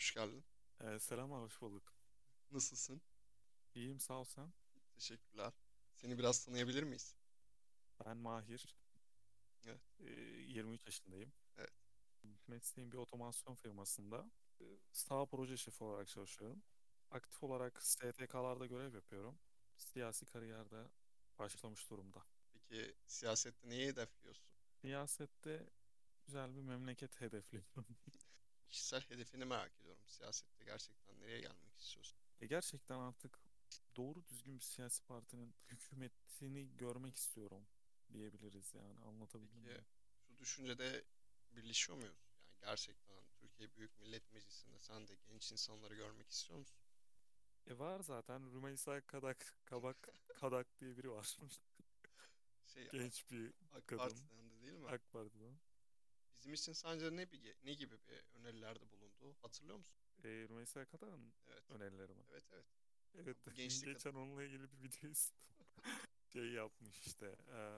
Hoş geldin. Selam abi, hoş bulduk. Nasılsın? İyiyim, sağ ol sen. Teşekkürler. Seni biraz tanıyabilir miyiz? Ben Mahir. Evet, 23 yaşındayım. evet. Mesleğim bir otomasyon firmasında. Sağ proje şefi olarak çalışıyorum. Aktif olarak STK'larda görev yapıyorum. Siyasi kariyerde başlamış durumda. Peki siyasette neyi hedefliyorsun? Siyasette güzel bir memleket hedefliyorum. Kişisel hedefini merak ediyorum. Siyasette gerçekten nereye gelmek istiyorsun? Gerçekten artık doğru düzgün bir siyasi partinin hükümetini görmek istiyorum diyebiliriz, yani anlatabildim Peki mi? şu düşüncede birleşiyor muyuz? Yani gerçekten Türkiye Büyük Millet Meclisi'nde sen de genç insanları görmek istiyor musun? Var zaten Rümeysa Kadak diye biri var. Şey Genç bir AK kadın. Parti'den de değil mi? AK Parti'den. Bizim için sence ne gibi bir önerilerde bulundu? Hatırlıyor musun? Rümeysa Kadak'ın Evet. önerileri mi? Evet, evet. Evet. Bu gençlik Geçen adına. onunla ilgili bir video izledim. Şey yapmış işte.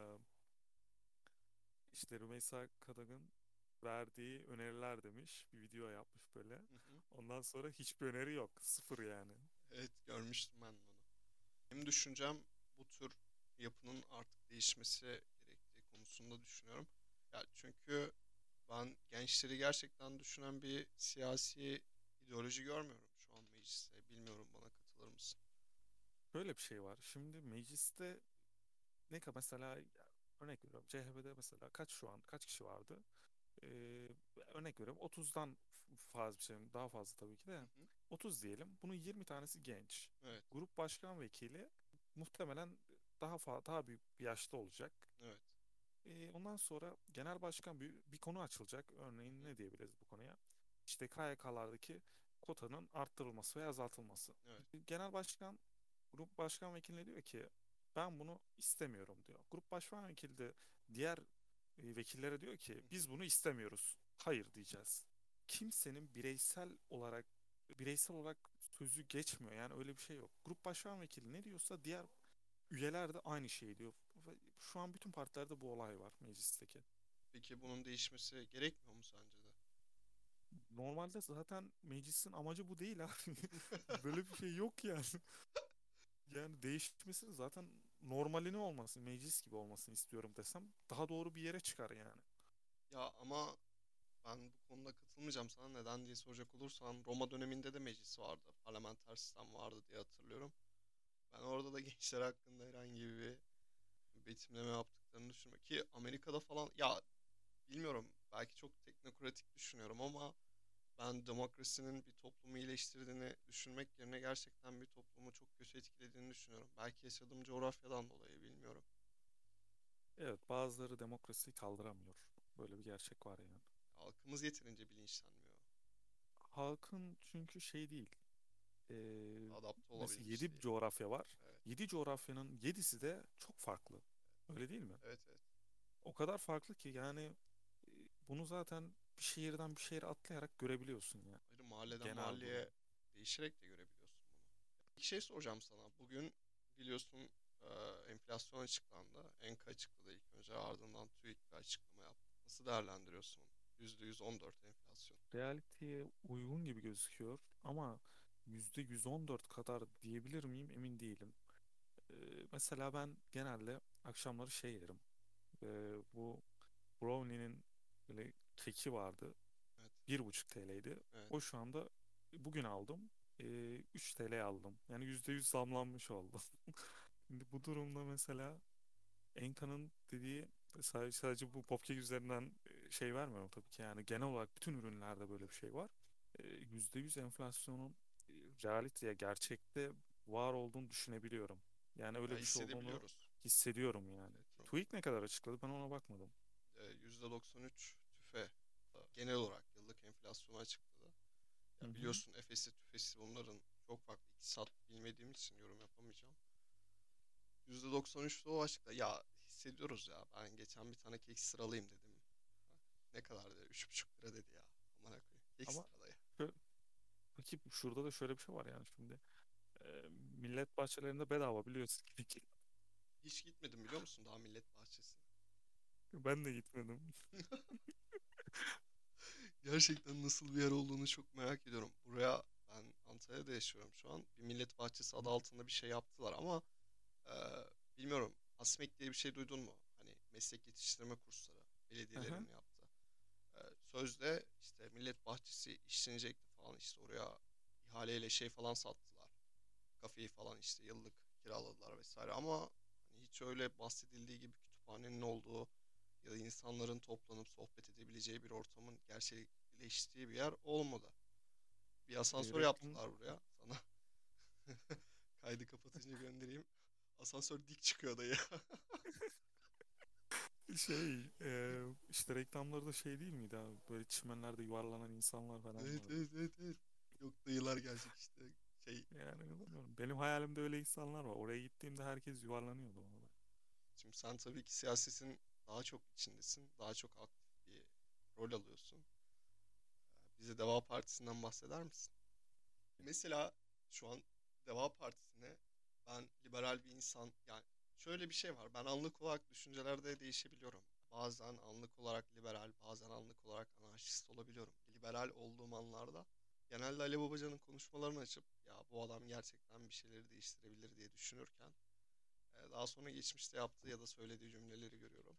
İşte Rümeysa Kadak'ın verdiği öneriler demiş. Bir video yapmış böyle. Hı hı. Ondan sonra hiçbir öneri yok. Sıfır yani. Evet, görmüştüm ben onu. Benim düşüncem bu tür yapının artık değişmesi gerektiği konusunda düşünüyorum. Ya çünkü ben gençleri gerçekten düşünen bir siyasi ideoloji görmüyorum şu an mecliste. Bilmiyorum, bana katılır mısın? Böyle bir şey var. Şimdi mecliste ne kadar mesela, örnek veriyorum, CHP'de mesela kaç kişi vardı? Ee, Örnek veriyorum 30'dan fazla bir şey, daha fazla tabii ki Hı de, hı. 30 diyelim. Bunun 20 tanesi genç. Evet, Grup başkan vekili muhtemelen daha büyük bir yaşta olacak. evet. Ondan sonra genel başkan bir konu açılacak. Örneğin Hı hı. ne diyebiliriz bu konuya? İşte KYK'lardaki kotanın arttırılması veya azaltılması. Evet. Genel başkan grup başkan vekiline diyor ki ben bunu istemiyorum diyor. Grup başkan vekili de diğer vekillere diyor ki Hı hı. biz bunu istemiyoruz. Hayır diyeceğiz. Kimsenin bireysel olarak sözü geçmiyor. Yani öyle bir şey yok. Grup başkan vekili ne diyorsa diğer üyeler de aynı şeyi diyor. Ve şu an bütün partilerde bu olay var meclisteki. Peki bunun değişmesi gerekmiyor mu sence de? Normalde zaten meclisin amacı bu değil abi. Böyle bir şey yok yani. Yani değişmesi zaten normalini olmasın, meclis gibi olmasını istiyorum desem daha doğru bir yere çıkar yani. Ya ama ben bu konuda katılmayacağım sana. Neden diye soracak olursan Roma döneminde de meclis vardı. Parlamenter sistem vardı diye hatırlıyorum. Ben orada da gençler hakkında herhangi bir betimleme yaptıklarını düşünmüyorum. Ki Amerika'da falan ya bilmiyorum, belki çok teknokratik düşünüyorum ama ben demokrasinin bir toplumu iyileştirdiğini düşünmek yerine gerçekten bir toplumu çok kötü etkilediğini düşünüyorum. Belki yaşadığım coğrafyadan dolayı, bilmiyorum. Evet, bazıları demokrasiyi kaldıramıyor. Böyle bir gerçek var yani. Halkımız yeterince bilinçlenmiyor. Halkın çünkü şey değil. Adapte Mesela olabilmiş 7 değil. coğrafya var. Evet. 7 coğrafyanın 7'si de çok farklı. Öyle değil mi? Evet, evet. O kadar farklı ki yani bunu zaten bir şehirden bir şehire atlayarak görebiliyorsun ya. Ayrı mahalleden Genel mahalleye durum. değişerek de görebiliyorsun bunu. Bir şey soracağım sana. Bugün biliyorsun e, enflasyon açıklandı. Enka açıkladı ilk önce, ardından TÜİK bir açıklama yaptı. Nasıl değerlendiriyorsun onu? %114 enflasyon. Realiteye uygun gibi gözüküyor ama %114 kadar diyebilir miyim emin değilim. Ee, Mesela ben genelde akşamları şey yerim. Bu brownie'nin böyle keki vardı. Evet, 1,5 TL'ydi. evet. O şu anda bugün aldım. 3 TL aldım. Yani %100 zamlanmış oldu. Şimdi bu durumda mesela Enka'nın dediği, sadece bu popkek üzerinden şey vermiyorum tabii ki, yani genel olarak bütün ürünlerde böyle bir şey var. %100 enflasyonun realiteye, gerçekte var olduğunu düşünebiliyorum. Yani Ya öyle bir şey olduğunu hissedebiliyoruz. hissediyorum yani. Evet. TÜİK ne kadar açıkladı, ben ona bakmadım. %93 tüfe genel olarak yıllık enflasyonu açıkladı. Hı Ya hı. biliyorsun, Efes'i tüfesi bunların çok farklı. İktisat bilmediğim için yorum yapamayacağım. %93 de o açıkla. Ya hissediyoruz ya. Ben geçen bir tane kek sıralayayım dedim. Ne kadar dedi? 3,5 lira dedi ya. Aman koyayım. Kek Ama sıralaya. şö- peki şurada da şöyle bir şey var yani şimdi. Millet bahçelerinde bedava, biliyorsun. Hiç gitmedim biliyor musun daha Millet Bahçesi'ne? Ben de gitmedim. Gerçekten nasıl bir yer olduğunu çok merak ediyorum. buraya, ben Antalya'da yaşıyorum şu an. Bir millet bahçesi adı altında bir şey yaptılar ama e, bilmiyorum, ASMEK diye bir şey duydun mu? Hani meslek yetiştirme kursları Hı hı. belediyelerin yaptığı. Sözde işte millet bahçesi işlenecekti falan, işte oraya ihaleyle şey falan sattılar. Kafeyi falan işte yıllık kiraladılar vesaire ama hani hiç öyle bahsedildiği gibi kütüphanenin olduğu ya da insanların toplanıp sohbet edebileceği bir ortamın gerçekleştiği bir yer olmadı. Bir asansör Reklam yaptılar buraya sana. Kaydı kapatınca göndereyim. Asansör dik çıkıyor da ya. işte reklamları da şey değil miydi abi? Böyle çimenlerde yuvarlanan insanlar falan Evet, vardı. evet, evet, evet. Yok, dayılar gelecek işte. Şey, Yani bilmiyorum. Benim hayalimde öyle insanlar var. Oraya gittiğimde herkes yuvarlanıyordu orada. şimdi sen tabii ki siyasetin daha çok içindesin. Daha çok aktif bir rol alıyorsun. Bize Deva Partisi'nden bahseder misin? Mesela şu an Deva Partisi'ne, ben liberal bir insan, yani şöyle bir şey var. Ben anlık olarak düşüncelerde değişebiliyorum. Bazen anlık olarak liberal, bazen anlık olarak anarşist olabiliyorum. Liberal olduğum anlarda genelde Ali Babacan'ın konuşmalarını açıp ya bu adam gerçekten bir şeyleri değiştirebilir diye düşünürken daha sonra geçmişte yaptığı ya da söylediği cümleleri görüyorum.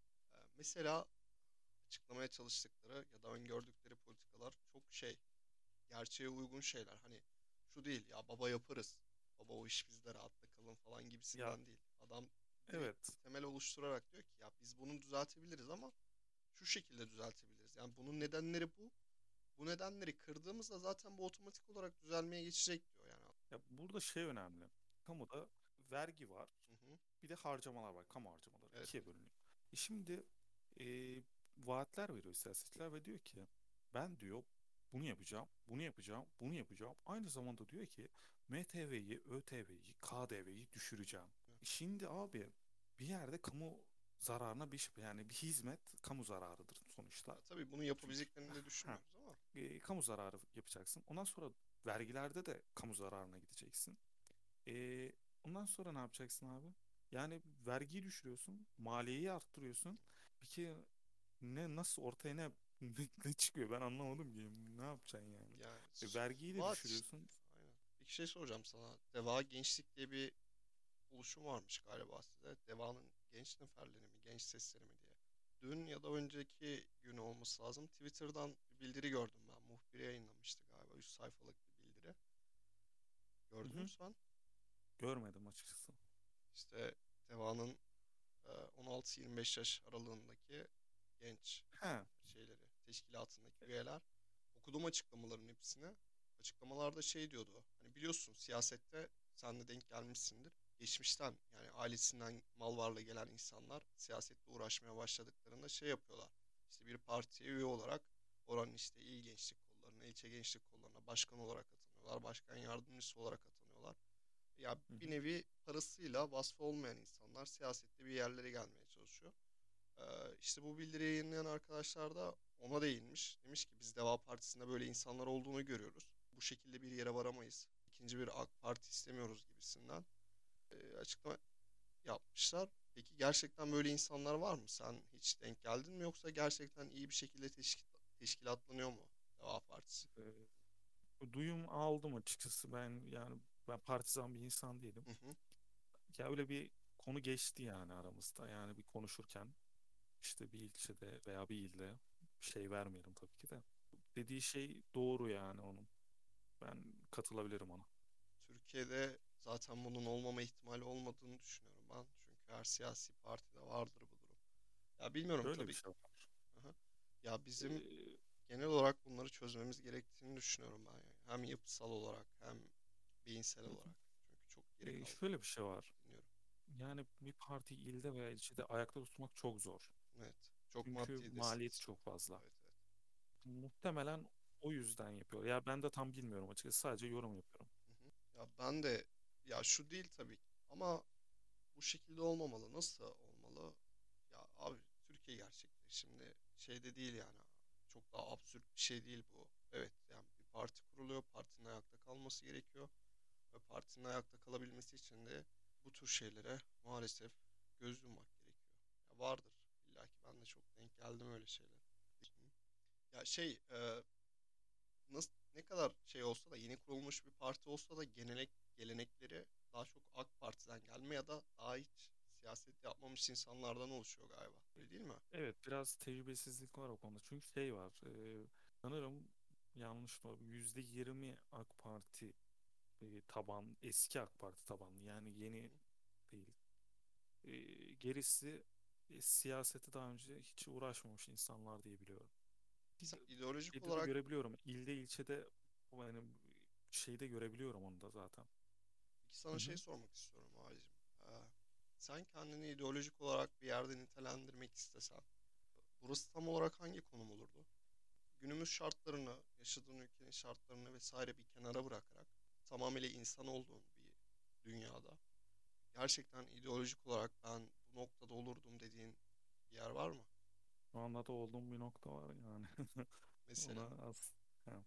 Mesela açıklamaya çalıştıkları ya da öngördükleri politikalar çok şey, gerçeğe uygun şeyler. Hani şu değil ya, baba yaparız, baba o iş bizde, rahatta kalın falan Ya gibisinden değil. Adam direkt evet. temel oluşturarak diyor ki ya biz bunu düzeltebiliriz ama şu şekilde düzeltebiliriz. Yani bunun nedenleri bu. Bu nedenleri kırdığımızda zaten bu otomatik olarak düzelmeye geçecek diyor yani. Ya burada şey önemli. Kamuda vergi var. Hı hı. Bir de harcamalar var. Kamu harcamaları. Evet. İkiye bölünüyor. Şimdi e, vaatler veriyor siyasetçiler ve diyor ki ben diyor bunu yapacağım, bunu yapacağım, bunu yapacağım. Aynı zamanda diyor ki MTV'yi, ÖTV'yi, KDV'yi düşüreceğim. Evet. Şimdi abi bir yerde kamu zararına bir şey, yani bir hizmet kamu zararıdır sonuçta. Ya tabii bunu Çünkü yapabileceklerini de ha, düşünmüyoruz ama kamu zararı yapacaksın. Ondan sonra vergilerde de kamu zararına gideceksin. E, Ondan sonra ne yapacaksın abi? Yani vergiyi düşürüyorsun, maliyeyi arttırıyorsun. Peki nasıl ortaya ne çıkıyor ben anlamadım ki. Ne yapacaksın yani? yani Vergiyi de vaat işte. düşürüyorsun. Aynen. Bir şey soracağım sana. Deva Gençlik diye bir oluşum varmış galiba size. Deva'nın genç neferleri mi, genç sesleri mi diye. Dün ya da önceki gün olması lazım. Twitter'dan bir bildiri gördüm ben. Muhbir yayınlamıştı galiba. 3 sayfalık bir bildiri. Hı Gördün mü hı. sen? Görmedim açıkçası. İşte Deva'nın 16-25 yaş aralığındaki genç He. şeyleri, teşkilatındaki üyeler. Okudum açıklamaların hepsini. Açıklamalarda şey diyordu. Hani biliyorsun siyasette sen de denk gelmişsindir. Geçmişten, yani ailesinden mal varlığı gelen insanlar siyasetle uğraşmaya başladıklarında şey yapıyorlar. İşte bir partiye üye olarak oranın işte il gençlik kollarına, ilçe gençlik kollarına başkan olarak atanıyorlar. Başkan yardımcısı olarak atanıyorlar. Ya Hı bir hı. nevi parasıyla vasfı olmayan insanlar siyasette bir yerlere gelmeye çalışıyor. İşte bu bildiriyi yayınlayan arkadaşlar da ona değinmiş. Demiş ki biz Deva Partisi'nde böyle insanlar olduğunu görüyoruz. Bu şekilde bir yere varamayız. İkinci bir AK Parti istemiyoruz gibisinden açıklama yapmışlar. Peki gerçekten böyle insanlar var mı? Sen hiç denk geldin mi, yoksa gerçekten iyi bir şekilde teşkilatlanıyor mu Deva Partisi? Duyum aldım açıkçası. Ben partizan bir insan değilim. Hı hı, Ya öyle bir konu geçti yani aramızda. Yani bir konuşurken işte bir ilçede veya bir ilde şey vermeyelim tabii ki de. Dediği şey doğru yani onun. Ben katılabilirim ona. Türkiye'de zaten bunun olmama ihtimali olmadığını düşünüyorum ben. Çünkü her siyasi partide vardır bu durum. Ya bilmiyorum Şöyle bir tabii. şey var. Aha. Ya bizim Ee, genel olarak bunları çözmemiz gerektiğini düşünüyorum ben yani. Hem yapısal olarak hem beyinsel olarak. Çünkü çok geri kaldık. Şöyle bir şey var. Dinliyorum. Yani bir parti ilde veya ilçede ayakta tutmak çok zor. Evet. Çok Çünkü maddi destek maliyeti istiyor. çok fazla. Evet, evet. Muhtemelen o yüzden yapıyor. Ya ben de tam bilmiyorum açıkçası. Sadece yorum yapıyorum. Hı hı. Ya ben de, ya şu değil tabii ki ama bu şekilde olmamalı. Nasıl olmalı? Ya abi, Türkiye gerçekleri şimdi şeyde değil yani. Çok daha absürt bir şey değil bu. Evet, yani bir parti kuruluyor. Partinin ayakta kalması gerekiyor. Ve partinin ayakta kalabilmesi için de bu tür şeylere maalesef göz yummak gerekiyor. Ya vardır. İlla ki ben de çok denk geldim öyle şeyler. Ya şey, nasıl, ne kadar şey olsa yeni kurulmuş bir parti olsa da gelenekleri daha çok AK Parti'den gelme ya da daha hiç siyaset yapmamış insanlardan oluşuyor galiba. Öyle değil mi? Evet, biraz tecrübesizlik var o konuda. Çünkü şey var. Sanırım yanlış mı? %20 AK Parti taban, eski AK Parti tabanlı. Yani yeni değil. Gerisi siyasete daha önce hiç uğraşmamış insanlar diye biliyorum. Peki sen ideolojik Şeyde de olarak görebiliyorum. İlde ilçede yani şeyde görebiliyorum onu da zaten. peki Hı sana şey hı. sormak istiyorum abicim. Ee, Sen kendini ideolojik olarak bir yerde nitelendirmek istesen burası tam olarak hangi konum olurdu? Günümüz şartlarını, yaşadığın ülkenin şartlarını vesaire bir kenara bırakarak tamamıyla insan olduğun bir dünyada gerçekten ideolojik olarak ben bu noktada olurdum dediğin bir yer var mı? Şu anda da olduğum bir nokta var yani. Mesela. Ona az. Ha.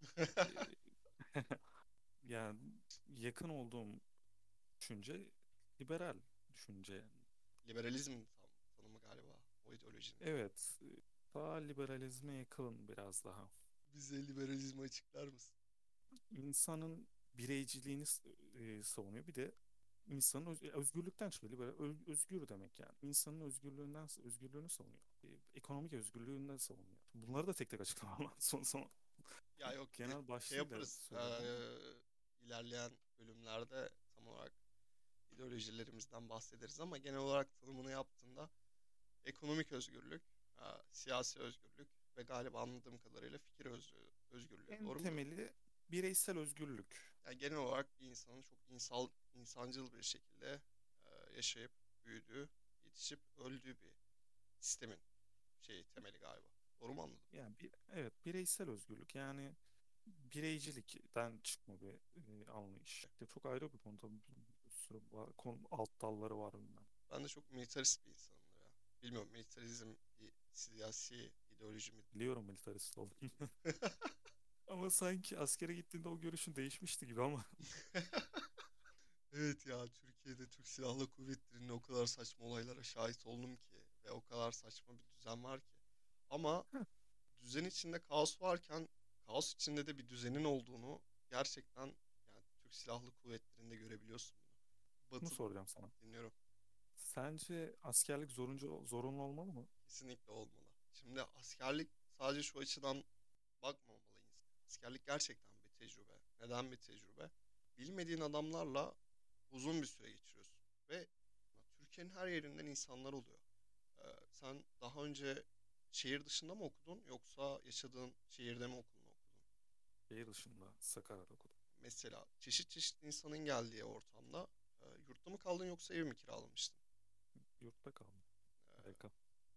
Yani yakın olduğum düşünce liberal düşünce. Liberalizmin tam tanımı galiba o ideolojinin. Evet, daha liberalizme yakın biraz daha. Bize liberalizmi açıklar mısın? İnsanın bireyciliğini savunuyor. Bir de insanın özgürlükten çıkıyor. Liberal, özgür demek yani. İnsanın özgürlüğünü savunuyor. Ekonomik özgürlüğünü de savunuyor. Bunları da tek tek açıklamam lazım son. Ya yok Genel şey başlığıyla yaparız. söylüyorum ama. İlerleyen bölümlerde tam olarak ideolojilerimizden bahsederiz ama genel olarak tanımını yaptığında ekonomik özgürlük, siyasi özgürlük ve galiba anladığım kadarıyla özgürlüğü. En Doğru mudur? temeli bireysel özgürlük. Yani genel olarak bir insanın çok insancıl bir şekilde yaşayıp büyüdüğü, yetişip öldüğü bir sistemin temeli galiba. Doğru mu anladım? Yani evet, bireysel özgürlük yani bireycilikten çıkma bir anlayış. İşte çok ayrı bir konuda bir sürü alt dalları var bundan. Ben de çok militarist bir insanımdır ya. Bilmiyorum militarizm bir siyasi ideoloji mi? Biliyorum militarist olduğunu. Ama sanki askere gittiğinde o görüşün değişmişti gibi ama. Evet ya Türkiye'de Türk Silahlı Kuvvetleri'nin o kadar saçma olaylara şahit oldum ki ve o kadar saçma bir düzen var ki. Ama düzen içinde kaos varken kaos içinde de bir düzenin olduğunu gerçekten yani Türk Silahlı Kuvvetleri'nde görebiliyorsun bunu. Bunu Batı soracağım sana. dinliyorum. Sence askerlik zorunlu olmalı mı? Kesinlikle olmalı. Şimdi askerlik sadece şu açıdan bakmamalı insan. Askerlik gerçekten bir tecrübe. Neden bir tecrübe? Bilmediğin adamlarla uzun bir süre geçiriyorsun. Ve Türkiye'nin her yerinden insanlar oluyor. Sen daha önce şehir dışında mı okudun yoksa yaşadığın şehirde mi okulunu okudun? Şehir dışında Sakarya'da okudum. Mesela çeşit çeşit insanın geldiği ortamda yurtta mı kaldın yoksa ev mi kiralamıştın? Yurtta kaldım. E, Harika.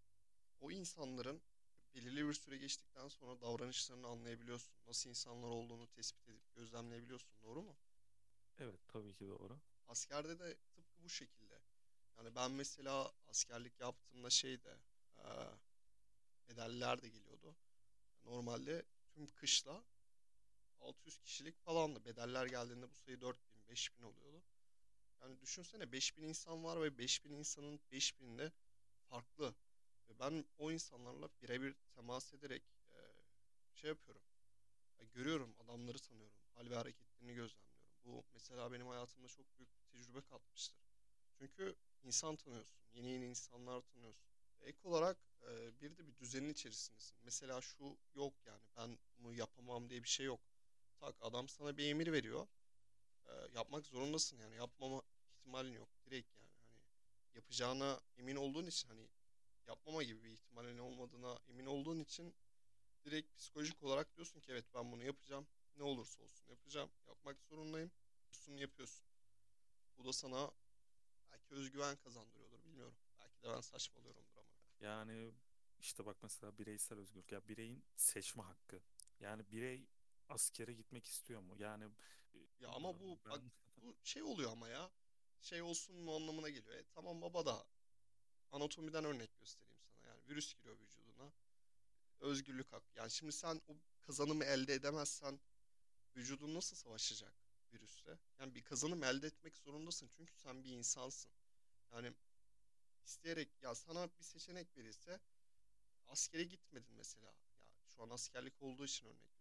O insanların belirli bir süre geçtikten sonra davranışlarını anlayabiliyorsun. Nasıl insanlar olduğunu tespit edip gözlemleyebiliyorsun. Doğru mu? Evet, tabii ki doğru. Askerde de tıpkı bu şekilde. Yani ben mesela askerlik yaptığımda e, bedeller de geliyordu. Normalde tüm kışla 600 kişilik falandı. Bedeller geldiğinde bu sayı 4000, 5000 oluyordu. Yani düşünsene 5000 insan var ve 5000 insanın 5000'i de farklı. Ve ben o insanlarla birebir temas ederek yapıyorum. Ya görüyorum, adamları tanıyorum. Hal ve hareketlerini gözlemliyorum. Bu mesela benim hayatımda çok büyük bir tecrübe katmıştır. Çünkü insan tanıyorsun. Yeni yeni insanlar tanıyorsun. Ek olarak bir de bir düzenin içerisindesin. Mesela şu yok yani ben bunu yapamam diye bir şey yok. Tak adam sana bir emir veriyor. Yapmak zorundasın yani yapmama ihtimalin yok. Direkt yani hani yapacağına emin olduğun için hani yapmama gibi bir ihtimalin olmadığına emin olduğun için direkt psikolojik olarak diyorsun ki evet ben bunu yapacağım. Ne olursa olsun yapacağım. Yapmak zorundayım. Yapıyorsun. Bu da sana belki özgüven kazandırıyordur bilmiyorum. Belki de ben saçmalıyorumdur ama. Yani işte bak mesela bireysel özgürlük. Ya bireyin seçme hakkı. Yani birey askere gitmek istiyor mu? Yani Ya ama bilmiyorum bu bak ben. bu şey oluyor ama ya. Şey olsun mu anlamına geliyor. Tamam baba da anatomiden örnek göstereyim sana. Yani virüs giriyor vücuduna. Özgürlük hakkı. Yani şimdi sen o kazanımı elde edemezsen vücudun nasıl savaşacak virüsle? Yani bir kazanım elde etmek zorundasın. Çünkü sen bir insansın. Yani isteyerek ya sana bir seçenek verirse askere gitmedin mesela. Ya şu an askerlik olduğu için örnek veriyorum.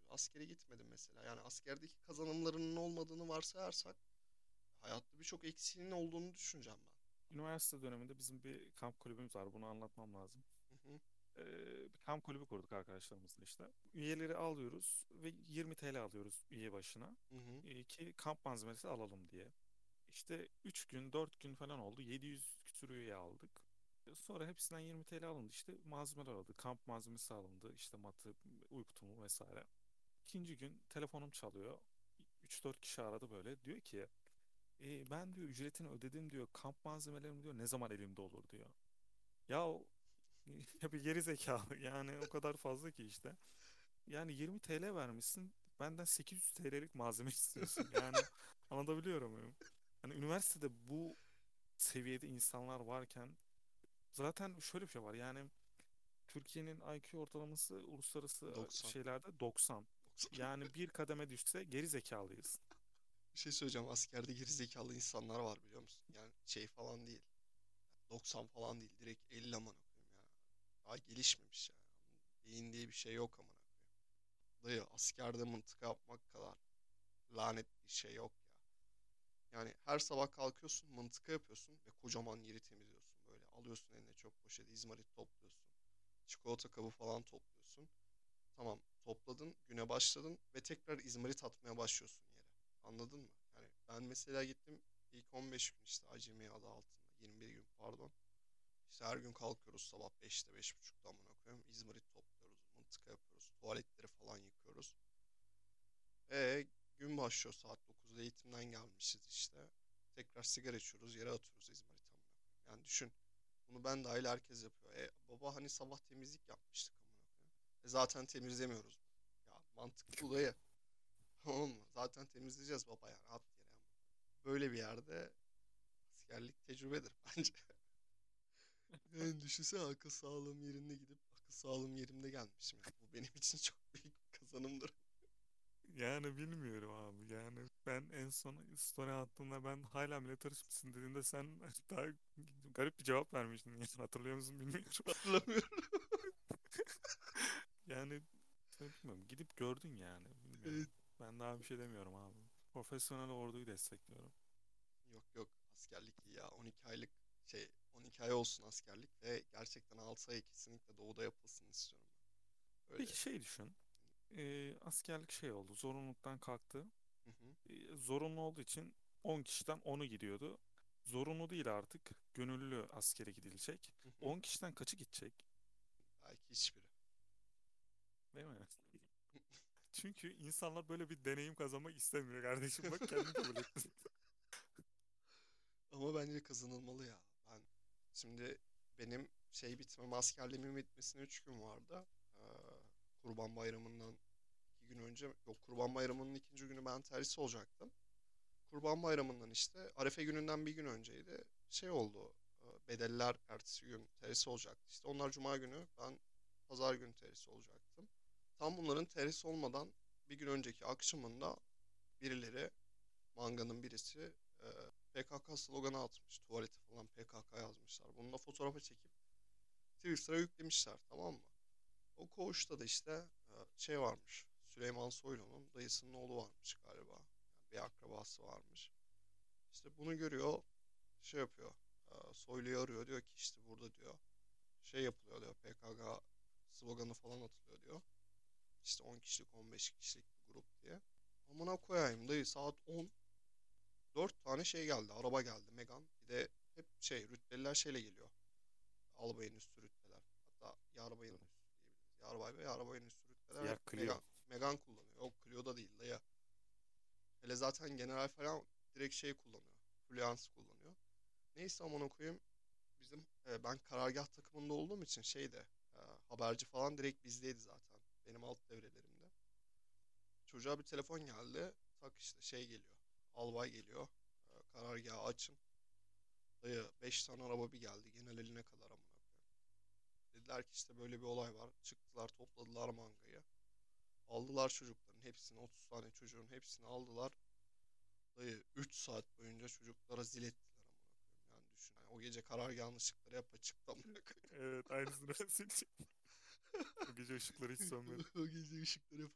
Askere gitmedim mesela. Yani askerdeki kazanımlarının olmadığını varsayarsak hayatta birçok eksiğinin olduğunu düşüneceğim ben. Üniversite döneminde bizim bir kamp kulübümüz var. Bunu anlatmam lazım. Hı hı, Bir kamp kulübü kurduk arkadaşlarımızla işte. Üyeleri alıyoruz ve 20 TL alıyoruz üye başına. hı hı. Ki kamp malzemesi alalım diye. İşte 3 gün 4 gün falan oldu. 700 küsur üye aldık. Sonra hepsinden 20 TL alındı. İşte malzemeler alındı. Kamp malzemesi alındı. İşte matı, uyku tulumu vesaire. İkinci gün telefonum çalıyor. 3-4 kişi aradı böyle. Diyor ki ben diyor ücretini ödedim diyor. Kamp malzemelerim diyor ne zaman elimde olur diyor. Ya ya bir geri zekalı yani o kadar fazla ki işte. Yani 20 TL vermişsin benden 800 TL'lik malzeme istiyorsun. Yani anlatabiliyor muyum? Hani üniversitede bu seviyede insanlar varken zaten şöyle bir şey var yani Türkiye'nin IQ ortalaması uluslararası 90. şeylerde 90. 90. Yani bir kademe düşse geri zekalıyız. Bir şey söyleyeceğim. Askerde gerizekalı insanlar var biliyor musun? Yani şey falan değil. 90 falan değil. Direkt 50 amına koyayım ya. Daha gelişmemiş yani. Beyin diye bir şey yok amına koyayım. Dayı askerde mıntıka yapmak kadar lanet bir şey yok ya. Yani her sabah kalkıyorsun mıntıka yapıyorsun ve kocaman yeri temizliyorsun böyle. Alıyorsun eline çok poşet izmarit topluyorsun. Çikolata kabı falan topluyorsun. Tamam topladın güne başladın ve tekrar izmarit atmaya başlıyorsun yere. Anladın mı? Yani ben mesela gittim ilk 15 gün işte acemi adı altında 21 gün pardon. İşte her gün kalkıyoruz sabah 5'te 5.30'da amına koyayım. İzmarit topluyoruz, mıntıka yapıyoruz, tuvaletleri falan yıkıyoruz. Gün başlıyor saat 9'da eğitimden gelmişiz işte. Tekrar sigara içiyoruz, yere atıyoruz izmarit amına koyayım. Yani düşün. Bunu ben dahil herkes yapıyor. Baba hani sabah temizlik yapmıştık amına koyayım. Zaten temizlemiyoruz. Ya mantıklı dayı. Tamam mı? Zaten temizleyeceğiz baba yani at yere ama. Böyle bir yerde askerlik tecrübedir bence. Yani düşünsene akıl sağlığım yerinde gidip akıl sağlığım yerimde gelmişim yani. Bu benim için çok büyük bir kazanımdır. Yani bilmiyorum abi. Yani ben en son story attığımda ben hala millet mısın dediğinde sen daha garip bir cevap vermiştin. Yani hatırlıyor musun bilmiyorum. Hatırlamıyorum. Yani bilmiyorum. Gidip gördün yani. Evet. Bilmiyorum. Ben daha bir şey demiyorum abi. Profesyonel orduyu destekliyorum. Yok yok askerlik iyi ya 12 aylık şey 12 ay olsun askerlik ve gerçekten 6 ay kesinlikle doğuda yapılsın istiyorum ben. Öyle. Peki şey düşün. Askerlik şey oldu. Zorunluluktan kalktı. Hı hı, Zorunlu olduğu için 10 kişiden 10'u gidiyordu. Zorunlu değil artık. Gönüllü askere gidilecek. hı hı. 10 kişiden kaçı gidecek? Belki hiçbiri. Değil mi? Çünkü insanlar böyle bir deneyim kazanmak istemiyor kardeşim. Bak kendin kabul ettin. Ama bence kazanılmalı ya. Şimdi benim bitmem askerliğimin bitmesine 3 gün vardı. Kurban Bayramı'ndan 2 gün önce yok Kurban Bayramı'nın ikinci günü ben terhis olacaktım. Kurban Bayramı'ndan işte Arefe gününden bir gün önceydi. Oldu. Bedeller ertesi gün terhis olacaktı. İşte onlar Cuma günü ben Pazar günü terhis olacaktım. Tam bunların terhis olmadan bir gün önceki akşamında birileri manganın birisi PKK sloganı atmış. Tuvalete falan PKK yazmışlar. Bununla fotoğrafı çekip Twitter'a yüklemişler tamam mı? O koğuşta da işte varmış. Süleyman Soylu'nun dayısının oğlu varmış galiba. Yani bir akrabası varmış. İşte bunu görüyor, yapıyor. Soylu'yu arıyor diyor ki işte burada diyor. Yapılıyor diyor. PKK sloganı falan atılıyor diyor. İşte 10 kişilik 15 kişilik bir grup diye. Amına koyayım dayı saat 10. 4 tane geldi. Araba geldi. Megan. Bir de hep rütbeliler geliyor. Albayın üstü rütbeler. Hatta yarbayın üstü diyebiliriz. Yarbay ve yarbayın üstü rütbeler Siyah hep Clio. Megan kullanıyor. Yok Clio'da değil dayı. Hele zaten general falan direkt kullanıyor. Fluence kullanıyor. Neyse amına koyayım. Bizim ben karargah takımında olduğum için haberci falan direkt bizdeydi zaten. Benim alt devrelerimde. Çocuğa bir telefon geldi. Tak işte geliyor. Albay geliyor. Karargahı açın. Dayı 5 tane araba bir geldi. Genel eline kadar amına koyayım. Dediler ki işte böyle bir olay var. Çıktılar topladılar mangayı. Aldılar çocukların hepsini. 30 tane çocuğun hepsini aldılar. Dayı 3 saat boyunca çocuklara zil ettiler amına koyayım. Yani düşün. Yani o gece karar yanlışlıkları hep açıkta amına koyayım. Evet aynısını ben söyleyeceğim. O gece ışıkları hiç sönmedi. O gece ışıklar hep açıktı.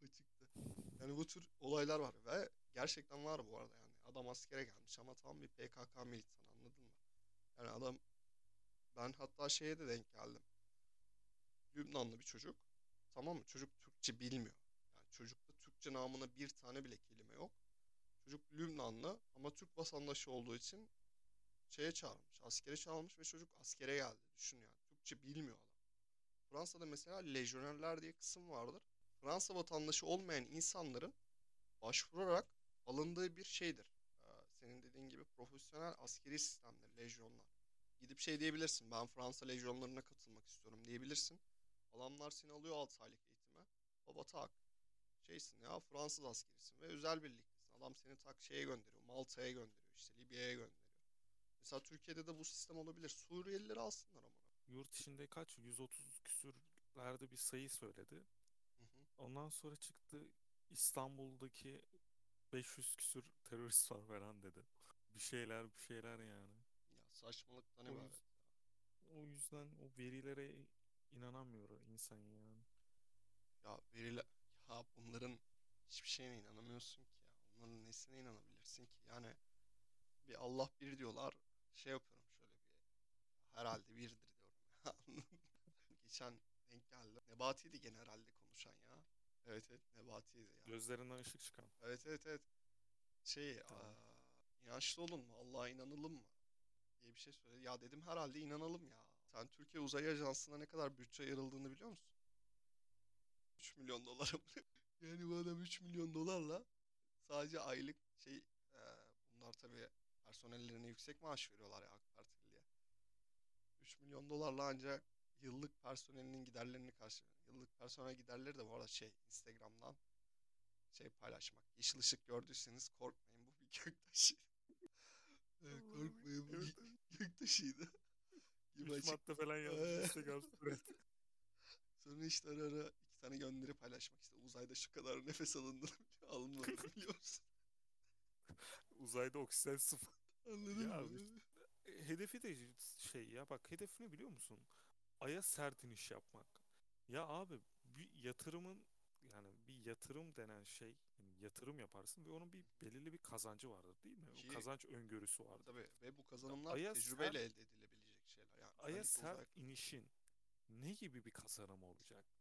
Yani bu tür olaylar var ve gerçekten var bu arada yani. Adam askere gelmiş ama tam bir PKK militanı, anladın mı? Yani adam, ben hatta şeye de denk geldim. Lübnanlı bir çocuk. Tamam mı? Çocuk Türkçe bilmiyor. Yani çocukta Türkçe namına bir tane bile kelime yok. Çocuk Lübnanlı ama Türk vatandaşı olduğu için şeye çağrılmış. Askere çağrılmış ve çocuk askere geldi. Düşün yani. Türkçe bilmiyor adam. Fransa'da mesela lejyonerler diye kısım vardır. Fransa vatandaşı olmayan insanların başvurarak alındığı bir şeydir. Senin dediğin gibi profesyonel askeri sistemler, lejyonlar. Gidip şey diyebilirsin. Ben Fransa lejyonlarına katılmak istiyorum diyebilirsin. Adamlar seni alıyor 6 aylık eğitime. Baba tak. Şeysin ya, Fransız askerisin ve özel birliktesin. Adam seni tak şeye gönderiyor. Malta'ya gönderiyor. İşte Libya'ya gönderiyor. Mesela Türkiye'de de bu sistem olabilir. Suriyelileri alsınlar ama. Yurt içinde kaç? 130 küsürlerde bir sayı söyledi. Hı hı. Ondan sonra çıktı İstanbul'daki 500 küsür terörist var falan dedi. Bir şeyler yani. Ya saçmalıktan O, ibaret. yüz- o yüzden o verilere inanamıyor insan yani. Ya veriler, ya bunların hiçbir şeyine inanamıyorsun ki ya. Onların nesine inanabilirsin ki? Yani bir Allah bir diyorlar. Şey yapıyorum şöyle bir, herhalde birdir diyorum ya. Geçen denk geldi. Nebati'ydi gene herhalde konuşan ya. Evet evet, Nebati'ydi ya. Gözlerinden ışık çıkan. Evet evet evet. Şey, Tamam. inançlı olun mu? Allah'a inanalım mı? Diye bir şey söyledi. Ya dedim herhalde inanalım ya. Sen Türkiye Uzay Ajansı'na ne kadar bütçe ayrıldığını biliyor musun? 3 milyon dolar. Yani bu adam 3 milyon dolarla sadece aylık şey, bunlar tabii personellerine yüksek maaş veriyorlar ya, AK Partili diye. 3 milyon dolarla ancak yıllık personelinin giderlerini karşılıyor. Yıllık personel giderleri de bu arada şey, Instagram'dan şey paylaşmak. Yeşil ışık gördüyseniz korkmayın, bu bir göktaşı. Allah'ım. Korkmayın, bu Evet, evet. göktaşıydı gibi 3 açık. madde falan yazmış Instagram story. Sonra işte ara ara iki tane gönderi paylaşmak, işte uzayda şu kadar nefes alındığını alınmadığını biliyor musun? Uzayda oksijen sıfır. Anladın Ya mı? hedefi de şey ya bak hedef ne biliyor musun? Ay'a sert iniş yapmak. Ya abi bir yatırımın yani bir yatırım denen şey yani yatırım yaparsın ve onun bir belirli bir kazancı vardır değil mi? O Ki kazanç öngörüsü vardır. tabii, ve bu Ya kazanımlar tecrübeyle elde edilebilecek şeyler. Yani Ay'a özellikle sert uzay. inişin ne gibi bir kazanımı olacak?